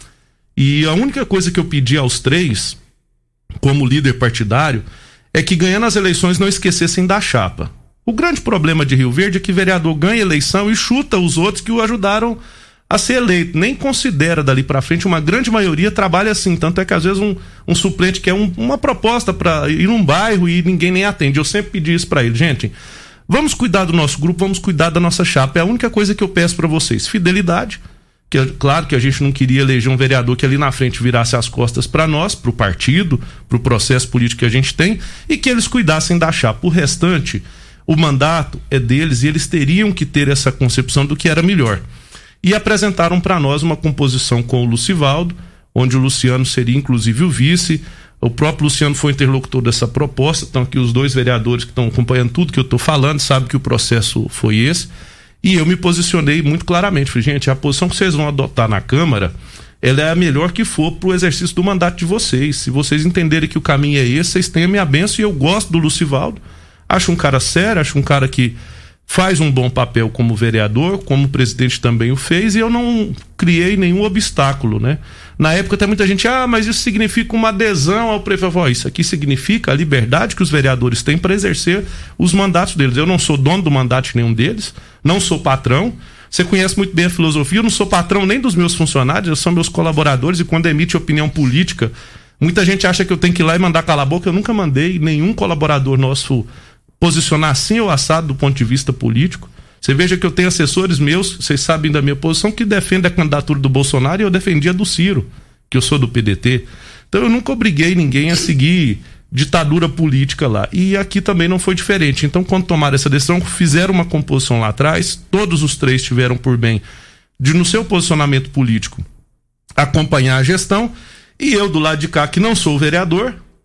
[SPEAKER 8] E a única coisa que eu pedi aos 3, como líder partidário, é que ganhando as eleições não esquecessem da chapa. O grande problema de Rio Verde é que vereador ganha eleição e chuta os outros que o ajudaram a ser eleito. Nem considera dali pra frente. Uma grande maioria trabalha assim. Tanto é que às vezes um suplente quer uma proposta para ir num bairro e ninguém nem atende. Eu sempre pedi isso pra ele: gente, vamos cuidar do nosso grupo, vamos cuidar da nossa chapa. É a única coisa que eu peço pra vocês: fidelidade. Que, claro que a gente não queria eleger um vereador que ali na frente virasse as costas para nós, para o partido, para o processo político que a gente tem, e que eles cuidassem da chapa. O restante, o mandato é deles, e eles teriam que ter essa concepção do que era melhor. E apresentaram para nós uma composição com o Lucivaldo, onde o Luciano seria inclusive o vice. O próprio Luciano foi interlocutor dessa proposta. Então aqui os 2 vereadores que estão acompanhando tudo que eu estou falando sabem que o processo foi esse. E eu me posicionei muito claramente: falei: gente, a posição que vocês vão adotar na Câmara, ela é a melhor que for para o exercício do mandato de vocês. Se vocês entenderem que o caminho é esse, vocês têm a minha bênção. E eu gosto do Lucivaldo, acho um cara sério, acho um cara que faz um bom papel como vereador, como presidente também o fez, e eu não criei nenhum obstáculo, né? Na época até muita gente: mas isso significa uma adesão ao prefeito. Isso aqui significa a liberdade que os vereadores têm para exercer os mandatos deles. Eu não sou dono do mandato de nenhum deles, não sou patrão. Você conhece muito bem a filosofia. Eu não sou patrão nem dos meus funcionários, eles são meus colaboradores, e quando emite opinião política, muita gente acha que eu tenho que ir lá e mandar calar a boca. Eu nunca mandei nenhum colaborador nosso posicionar assim ou assado do ponto de vista político. Você veja que eu tenho assessores meus, vocês sabem da minha posição, que defendem a candidatura do Bolsonaro, e eu defendia do Ciro, que eu sou do PDT. Então eu nunca obriguei ninguém a seguir ditadura política lá. E aqui também não foi diferente. Então, quando tomaram essa decisão, fizeram uma composição lá atrás, todos os 3 tiveram por bem de, no seu posicionamento político, acompanhar a gestão, e eu do lado de cá, que não sou vereador,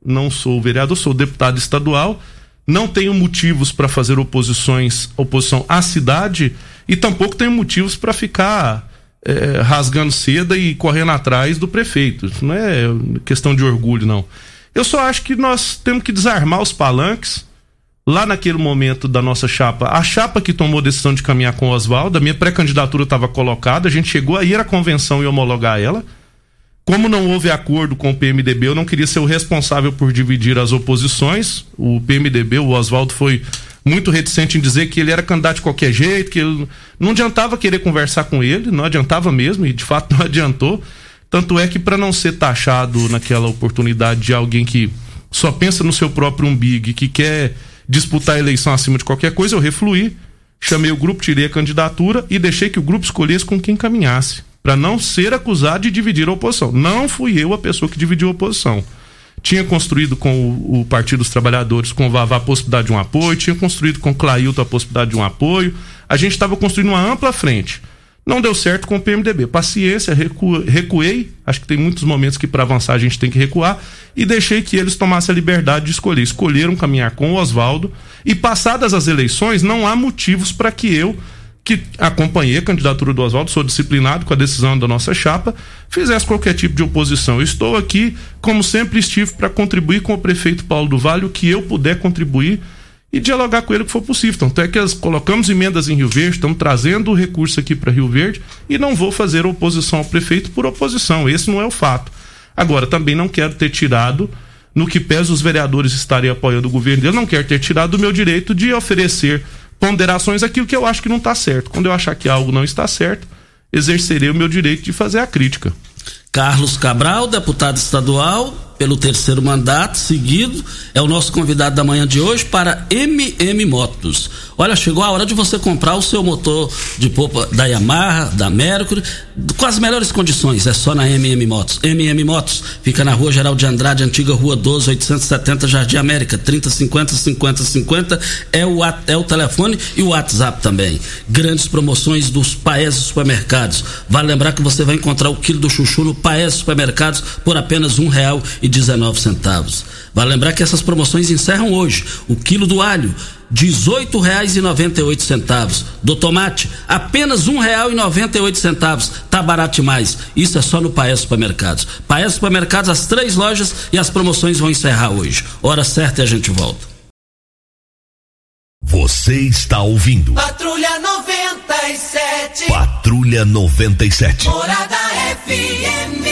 [SPEAKER 8] não sou vereador, sou deputado estadual, não tenho motivos para fazer oposição à cidade e tampouco tenho motivos para ficar rasgando seda e correndo atrás do prefeito. Isso não é questão de orgulho, não. Eu só acho que nós temos que desarmar os palanques. Lá naquele momento da nossa chapa, a chapa que tomou a decisão de caminhar com o Oswaldo, a minha pré-candidatura estava colocada, a gente chegou a ir à convenção e homologar ela. Como não houve acordo com o PMDB, eu não queria ser o responsável por dividir as oposições. O PMDB, o Oswaldo, foi muito reticente em dizer que ele era candidato de qualquer jeito, que ele não adiantava querer conversar com ele, não adiantava mesmo, e de fato não adiantou. Tanto é que, para não ser taxado naquela oportunidade de alguém que só pensa no seu próprio umbigo e que quer disputar a eleição acima de qualquer coisa, eu refluí, chamei o grupo, tirei a candidatura e deixei que o grupo escolhesse com quem caminhasse, para não ser acusado de dividir a oposição. Não fui eu a pessoa que dividiu a oposição. Tinha construído com o Partido dos Trabalhadores, com o Vavá, a possibilidade de um apoio, tinha construído com o Clailton a possibilidade de um apoio, a gente estava construindo uma ampla frente. Não deu certo com o PMDB. Paciência, recuei. Acho que tem muitos momentos que para avançar a gente tem que recuar. E deixei que eles tomassem a liberdade de escolher. Escolheram caminhar com o Oswaldo. E passadas as eleições, não há motivos para que eu, que acompanhei a candidatura do Oswaldo, sou disciplinado com a decisão da nossa chapa, fizesse qualquer tipo de oposição. Eu estou aqui, como sempre estive, para contribuir com o prefeito Paulo do Vale, o que eu puder contribuir e dialogar com ele o que for possível. Tanto é que colocamos emendas em Rio Verde, estamos trazendo o recurso aqui para Rio Verde e não vou fazer oposição ao prefeito por oposição, esse não é o fato. Agora, também não quero ter tirado, no que pesa os vereadores estarem apoiando o governo dele, não quero ter tirado o meu direito de oferecer ponderações aquilo que eu acho que não está certo. Quando eu achar que algo não está certo, exercerei o meu direito de fazer a crítica.
[SPEAKER 5] Carlos Cabral, deputado estadual pelo 3º mandato seguido, é o nosso convidado da manhã de hoje para MM Motos. Olha, chegou a hora de você comprar o seu motor de polpa da Yamaha, da Mercury, com as melhores condições, é só na MM Motos. MM Motos fica na Rua Geraldo de Andrade, antiga Rua 12, 870, Jardim América, 3050-5050 é o telefone e o WhatsApp também. Grandes promoções dos Paese Supermercados. Vale lembrar que você vai encontrar o quilo do chuchu no Paese Supermercados por apenas R$1,19. Vale lembrar que essas promoções encerram hoje. O quilo do alho, R$18,98. Do tomate, apenas R$1,98. Tá barato demais. Isso é só no Paese Supermercados. Paese Supermercados, as 3 lojas, e as promoções vão encerrar hoje. Hora certa e a gente volta.
[SPEAKER 6] Você está ouvindo
[SPEAKER 7] Patrulha 97.
[SPEAKER 6] Patrulha 97.
[SPEAKER 7] Morada FM.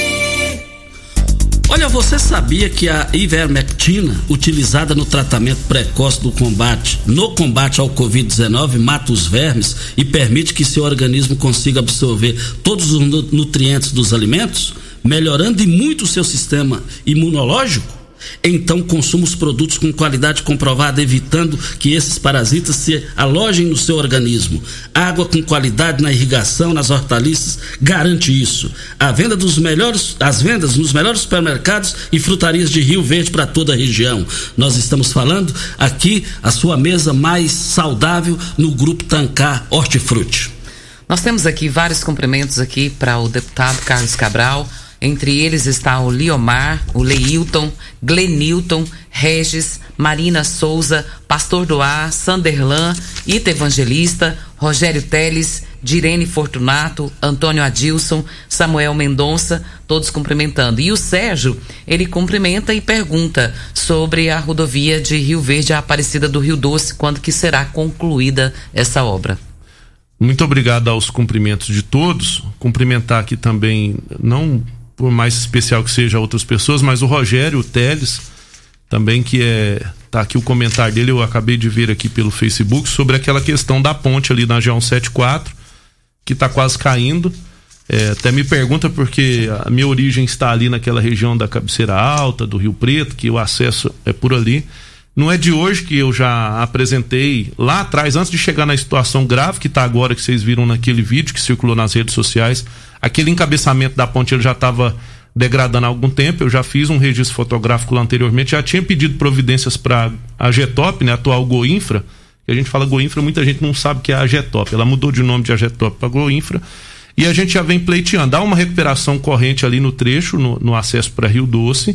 [SPEAKER 5] Olha, você sabia que a ivermectina, utilizada no tratamento precoce no combate ao Covid-19, mata os vermes e permite que seu organismo consiga absorver todos os nutrientes dos alimentos, melhorando e muito o seu sistema imunológico? Então consuma os produtos com qualidade comprovada, evitando que esses parasitas se alojem no seu organismo. Água com qualidade na irrigação, nas hortaliças, garante isso. As vendas nos melhores supermercados e frutarias de Rio Verde para toda a região. Nós estamos falando aqui a sua mesa mais saudável no Grupo Tancar Hortifruti.
[SPEAKER 4] Nós temos aqui vários cumprimentos aqui para o deputado Carlos Cabral. Entre eles está o Liomar, o Leilton, Glenilton, Regis, Marina Souza, Pastor Doá, Sanderlan, Ita Evangelista, Rogério Teles, Direne Fortunato, Antônio Adilson, Samuel Mendonça, todos cumprimentando. E o Sérgio, ele cumprimenta e pergunta sobre a rodovia de Rio Verde à Aparecida do Rio Doce, quando que será concluída essa obra.
[SPEAKER 8] Muito obrigado aos cumprimentos de todos. Cumprimentar aqui também, não por mais especial que seja outras pessoas, mas o Rogério Teles, também, que tá aqui o comentário dele, eu acabei de ver aqui pelo Facebook, sobre aquela questão da ponte ali na G174, que tá quase caindo. Até me pergunta porque a minha origem está ali naquela região da Cabeceira Alta, do Rio Preto, que o acesso é por ali. Não é de hoje que eu já apresentei lá atrás, antes de chegar na situação grave que está agora, que vocês viram naquele vídeo que circulou nas redes sociais. Aquele encabeçamento da ponte ele já estava degradando há algum tempo. Eu já fiz um registro fotográfico lá anteriormente, já tinha pedido providências para a Getop, né, atual Goinfra, que a gente fala Goinfra, muita gente não sabe que é a Getop, ela mudou de nome de a Getop para Goinfra, e a gente já vem pleiteando. Há uma recuperação corrente ali no trecho, no acesso para Rio Doce,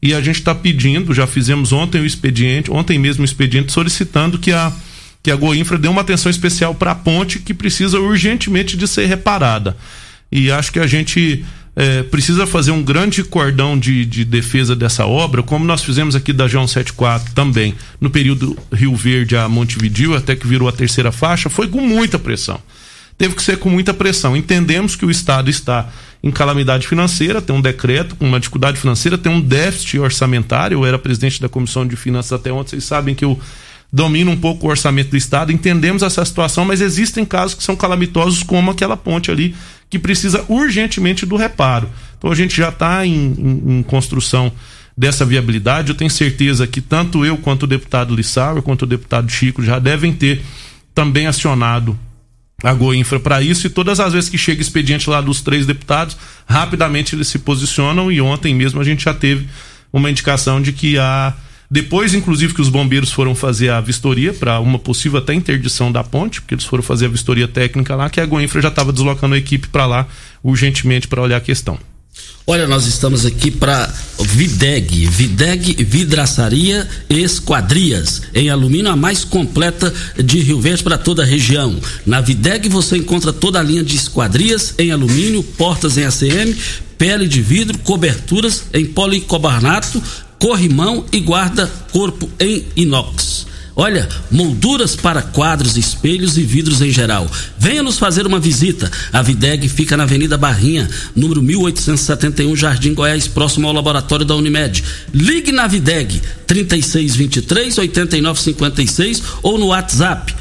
[SPEAKER 8] e a gente está pedindo, já fizemos ontem mesmo o expediente solicitando que a Goinfra dê uma atenção especial para a ponte que precisa urgentemente de ser reparada. E acho que a gente precisa fazer um grande cordão de defesa dessa obra, como nós fizemos aqui da João 74 também, no período Rio Verde a Montevidéu, até que virou a terceira faixa, foi com muita pressão. Teve que ser com muita pressão. Entendemos que o Estado está em calamidade financeira, tem um decreto com uma dificuldade financeira, tem um déficit orçamentário. Eu era presidente da Comissão de Finanças até ontem, vocês sabem que eu domino um pouco o orçamento do Estado, entendemos essa situação, mas existem casos que são calamitosos, como aquela ponte ali, que precisa urgentemente do reparo. Então a gente já está em construção dessa viabilidade. Eu tenho certeza que tanto eu quanto o deputado Lissauer, quanto o deputado Chico já devem ter também acionado a Goinfra para isso, e todas as vezes que chega expediente lá dos 3 deputados, rapidamente eles se posicionam, e ontem mesmo a gente já teve uma indicação de que depois, inclusive, que os bombeiros foram fazer a vistoria para uma possível até interdição da ponte, porque eles foram fazer a vistoria técnica lá, que a Goinfra já estava deslocando a equipe para lá urgentemente para olhar a questão.
[SPEAKER 5] Olha, nós estamos aqui para Videg Vidraçaria e Esquadrias em alumínio, a mais completa de Rio Verde para toda a região. Na Videg você encontra toda a linha de esquadrias em alumínio, portas em ACM, pele de vidro, coberturas em policarbonato, corrimão e guarda-corpo em inox. Olha, molduras para quadros, espelhos e vidros em geral. Venha nos fazer uma visita. A Videg fica na Avenida Barrinha, número 1871, Jardim Goiás, próximo ao laboratório da Unimed. Ligue na Videg 3623-8956 ou no WhatsApp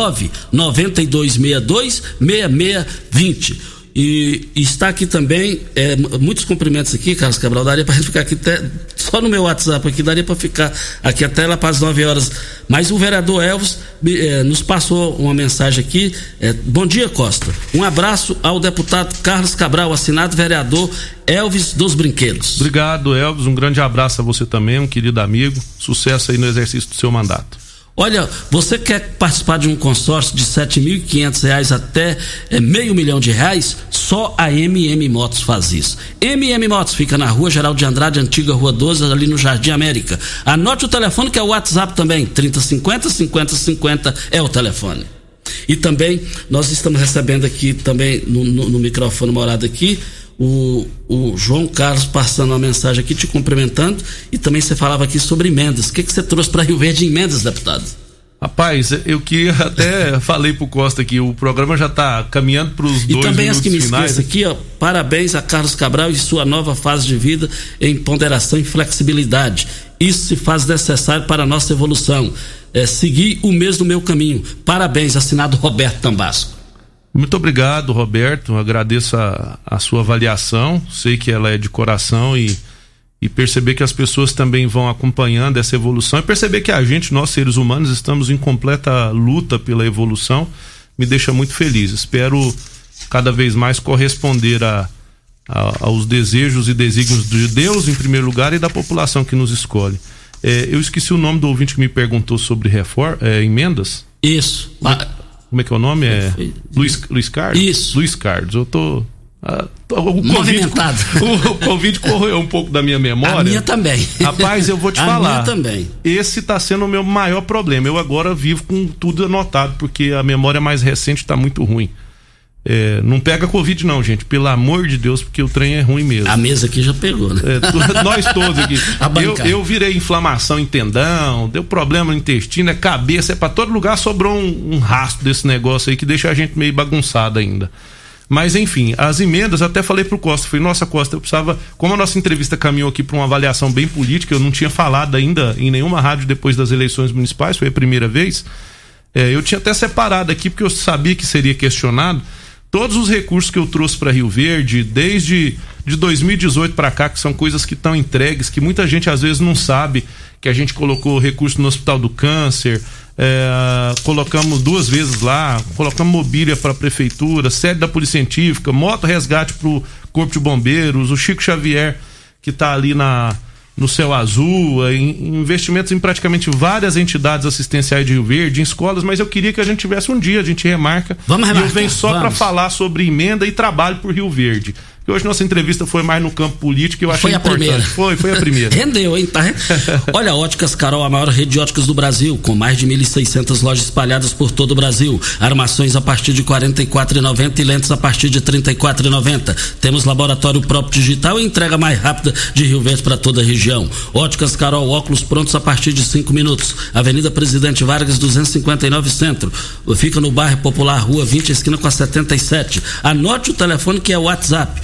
[SPEAKER 5] 99262-6620. E está aqui também, muitos cumprimentos aqui, Carlos Cabral, daria para a gente ficar aqui só no meu WhatsApp aqui, daria para ficar aqui até lá para as 9 horas, mas o vereador Elvis nos passou uma mensagem aqui. Bom dia, Costa, um abraço ao deputado Carlos Cabral, assinado vereador Elvis dos Brinquedos.
[SPEAKER 8] Obrigado, Elvis, um grande abraço a você também, um querido amigo, sucesso aí no exercício do seu mandato.
[SPEAKER 5] Olha, você quer participar de um consórcio de R$7.500 até R$500 mil? Só a MM Motos faz isso. MM Motos fica na Rua Geraldo de Andrade, antiga Rua 12, ali no Jardim América. Anote o telefone, que é o WhatsApp também, 3050-5050 é o telefone. E também nós estamos recebendo aqui também no microfone morado aqui o João Carlos passando uma mensagem aqui te cumprimentando, e também você falava aqui sobre emendas. O que você trouxe para Rio Verde em emendas, deputado?
[SPEAKER 8] Rapaz, eu que até falei pro Costa que o programa já está caminhando para os 2 minutos finais. E também as que me esqueço
[SPEAKER 5] aqui, parabéns a Carlos Cabral e sua nova fase de vida em ponderação e flexibilidade. Isso se faz necessário para a nossa evolução. Seguir o mesmo meu caminho. Parabéns, assinado Roberto Tambasco.
[SPEAKER 8] Muito obrigado, Roberto, agradeço a sua avaliação, sei que ela é de coração, e perceber que as pessoas também vão acompanhando essa evolução, e perceber que nós seres humanos estamos em completa luta pela evolução, me deixa muito feliz. Espero cada vez mais corresponder aos desejos e desígnios de Deus em primeiro lugar e da população que nos escolhe. Eu esqueci o nome do ouvinte que me perguntou sobre emendas.
[SPEAKER 5] Isso.
[SPEAKER 8] Como é que é o nome? Luiz Carlos?
[SPEAKER 5] Isso.
[SPEAKER 8] Luiz Carlos, eu tô...
[SPEAKER 5] movimentado.
[SPEAKER 8] O Covid corroeu um pouco da minha memória.
[SPEAKER 5] A minha também.
[SPEAKER 8] Rapaz, eu vou te falar.
[SPEAKER 5] A minha também.
[SPEAKER 8] Esse tá sendo o meu maior problema. Eu agora vivo com tudo anotado, porque a memória mais recente tá muito ruim. Não pega Covid não, gente, pelo amor de Deus, porque o trem é ruim mesmo.
[SPEAKER 5] A mesa aqui já pegou, né?
[SPEAKER 8] Nós todos aqui. Eu virei inflamação em tendão, deu problema no intestino, cabeça, pra todo lugar sobrou um rastro desse negócio aí que deixa a gente meio bagunçado ainda. Mas enfim, as emendas, eu até falei pro Costa, falei, nossa, Costa, eu precisava, como a nossa entrevista caminhou aqui para uma avaliação bem política, eu não tinha falado ainda em nenhuma rádio depois das eleições municipais, foi a primeira vez. Eu tinha até separado aqui, porque eu sabia que seria questionado, todos os recursos que eu trouxe para Rio Verde, desde de 2018 para cá, que são coisas que estão entregues, que muita gente às vezes não sabe, que a gente colocou recurso no Hospital do Câncer, colocamos 2 vezes lá, colocamos mobília para a prefeitura, sede da Polícia Científica, moto resgate para o Corpo de Bombeiros, o Chico Xavier, que está ali no Céu Azul, investimentos em praticamente várias entidades assistenciais de Rio Verde, em escolas, mas eu queria que a gente tivesse um dia, a gente remarca.
[SPEAKER 5] Vamos remarcar.
[SPEAKER 8] E eu venho só para falar sobre emenda e trabalho por Rio Verde. que hoje nossa entrevista foi mais no campo político, eu achei importante. Foi a primeira.
[SPEAKER 5] Rendeu, hein? Tá. Olha, Óticas Carol, a maior rede de óticas do Brasil, com mais de 1.600 lojas espalhadas por todo o Brasil. Armações a partir de R$ 44,90 e lentes a partir de R$ 34,90. Temos laboratório próprio digital e entrega mais rápida de Rio Verde para toda a região. Óticas Carol, óculos prontos a partir de 5 minutos. Avenida Presidente Vargas, 259 Centro. Fica no bairro Popular, Rua 20, esquina com a 77. Anote o telefone que é o WhatsApp,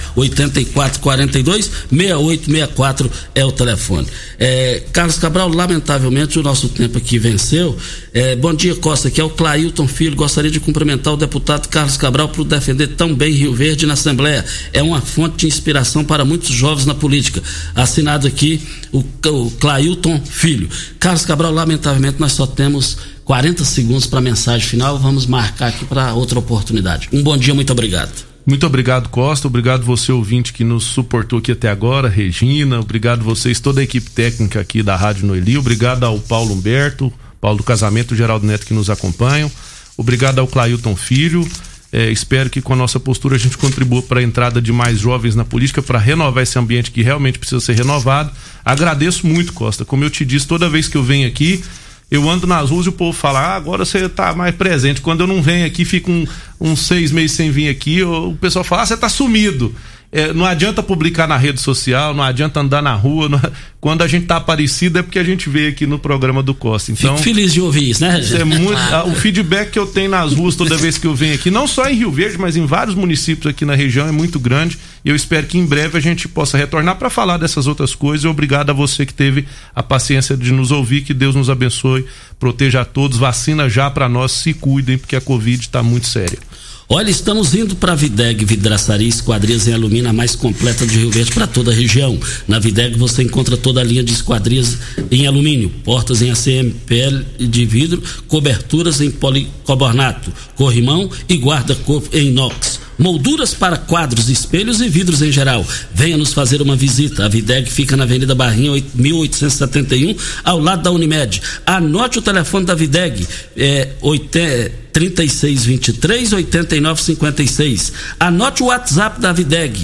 [SPEAKER 5] 8442-6864 é o telefone. Carlos Cabral, lamentavelmente o nosso tempo aqui venceu. Bom dia, Costa, aqui é o Clailton Filho. Gostaria de cumprimentar o deputado Carlos Cabral por defender tão bem Rio Verde na Assembleia. É uma fonte de inspiração para muitos jovens na política. Assinado aqui o Clailton Filho. Carlos Cabral, lamentavelmente nós só temos 40 segundos para a mensagem final. Vamos marcar aqui para outra oportunidade. Um bom dia, muito obrigado.
[SPEAKER 8] Muito obrigado, Costa. Obrigado você, ouvinte, que nos suportou aqui até agora. Regina, obrigado vocês, toda a equipe técnica aqui da Rádio Noeli. Obrigado ao Paulo Humberto, Paulo do Casamento, Geraldo Neto, que nos acompanham. Obrigado ao Clailton Filho. Espero que com a nossa postura a gente contribua para a entrada de mais jovens na política, para renovar esse ambiente que realmente precisa ser renovado. Agradeço muito, Costa. Como eu te disse, toda vez que eu venho aqui, eu ando nas ruas e o povo fala, agora você está mais presente. Quando eu não venho aqui, fico uns 6 meses sem vir aqui, o pessoal fala, você está sumido. Não adianta publicar na rede social, não adianta andar na rua. Quando a gente tá aparecido é porque a gente veio aqui no programa do Costa. Então,
[SPEAKER 5] fico feliz de ouvir isso, né?
[SPEAKER 8] Isso é muito, o feedback que eu tenho nas ruas toda vez que eu venho aqui, não só em Rio Verde, mas em vários municípios aqui na região, é muito grande. E eu espero que em breve a gente possa retornar para falar dessas outras coisas. E obrigado a você que teve a paciência de nos ouvir. Que Deus nos abençoe, proteja a todos, vacina já para nós, se cuidem, porque a Covid está muito séria.
[SPEAKER 5] Olha, estamos indo para a Videg Vidraçaria Esquadrias em Alumínio, a mais completa de Rio Verde para toda a região. Na Videg você encontra toda a linha de esquadrias em alumínio, portas em ACMPL de vidro, coberturas em policarbonato, corrimão e guarda-corpo em inox. Molduras para quadros, espelhos e vidros em geral. Venha nos fazer uma visita. A Videg fica na Avenida Barrinha 1871, ao lado da Unimed. Anote o telefone da Videg, 3623-8956. Anote o WhatsApp da Videg,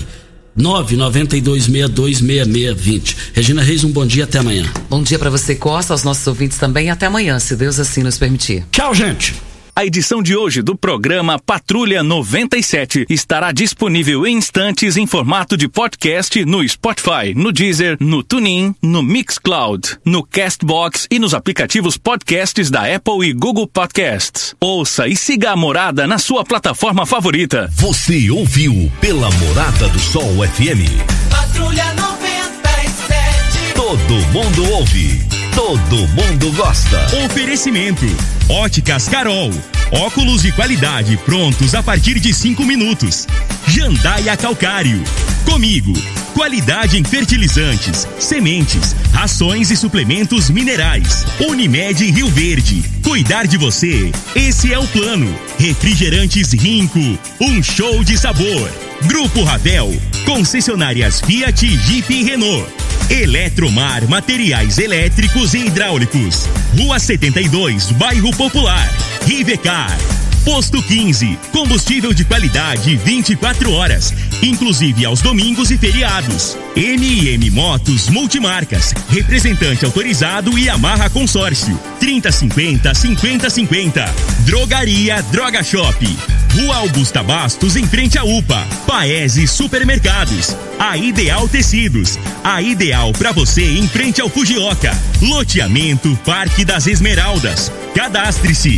[SPEAKER 5] 992626620. Regina Reis, um bom dia, até amanhã.
[SPEAKER 4] Bom dia para você, Costa, aos nossos ouvintes também, até amanhã, se Deus assim nos permitir.
[SPEAKER 5] Tchau, gente.
[SPEAKER 1] A edição de hoje do programa Patrulha 97 estará disponível em instantes em formato de podcast no Spotify, no Deezer, no TuneIn, no Mixcloud, no Castbox e nos aplicativos podcasts da Apple e Google Podcasts. Ouça e siga a Morada na sua plataforma favorita.
[SPEAKER 2] Você ouviu pela Morada do Sol FM.
[SPEAKER 7] Patrulha 97.
[SPEAKER 2] Todo mundo ouve. Todo mundo gosta.
[SPEAKER 1] Oferecimento: Óticas Carol. Óculos de qualidade prontos a partir de 5 minutos. Jandaia Calcário. Comigo. Qualidade em fertilizantes, sementes, rações e suplementos minerais. Unimed Rio Verde. Cuidar de você, esse é o plano. Refrigerantes Rinco. Um show de sabor. Grupo Ravel. Concessionárias Fiat, Jeep e Renault. Eletromar, materiais elétricos e hidráulicos. Rua 72, Bairro Popular. Rivecar. Posto 15, combustível de qualidade 24 horas, inclusive aos domingos e feriados. M&M Motos Multimarcas, representante autorizado e Yamaha Consórcio. 3050-5050. Drogaria Droga Shop. Rua Augusta Bastos, em frente à UPA. Paese Supermercados. A Ideal Tecidos. A ideal para você em frente ao Fujioka. Loteamento Parque das Esmeraldas. Cadastre-se.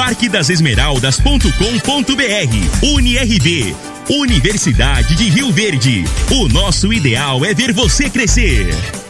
[SPEAKER 1] parquedasesmeraldas.com.br. UniRV. Universidade de Rio Verde. O nosso ideal é ver você crescer.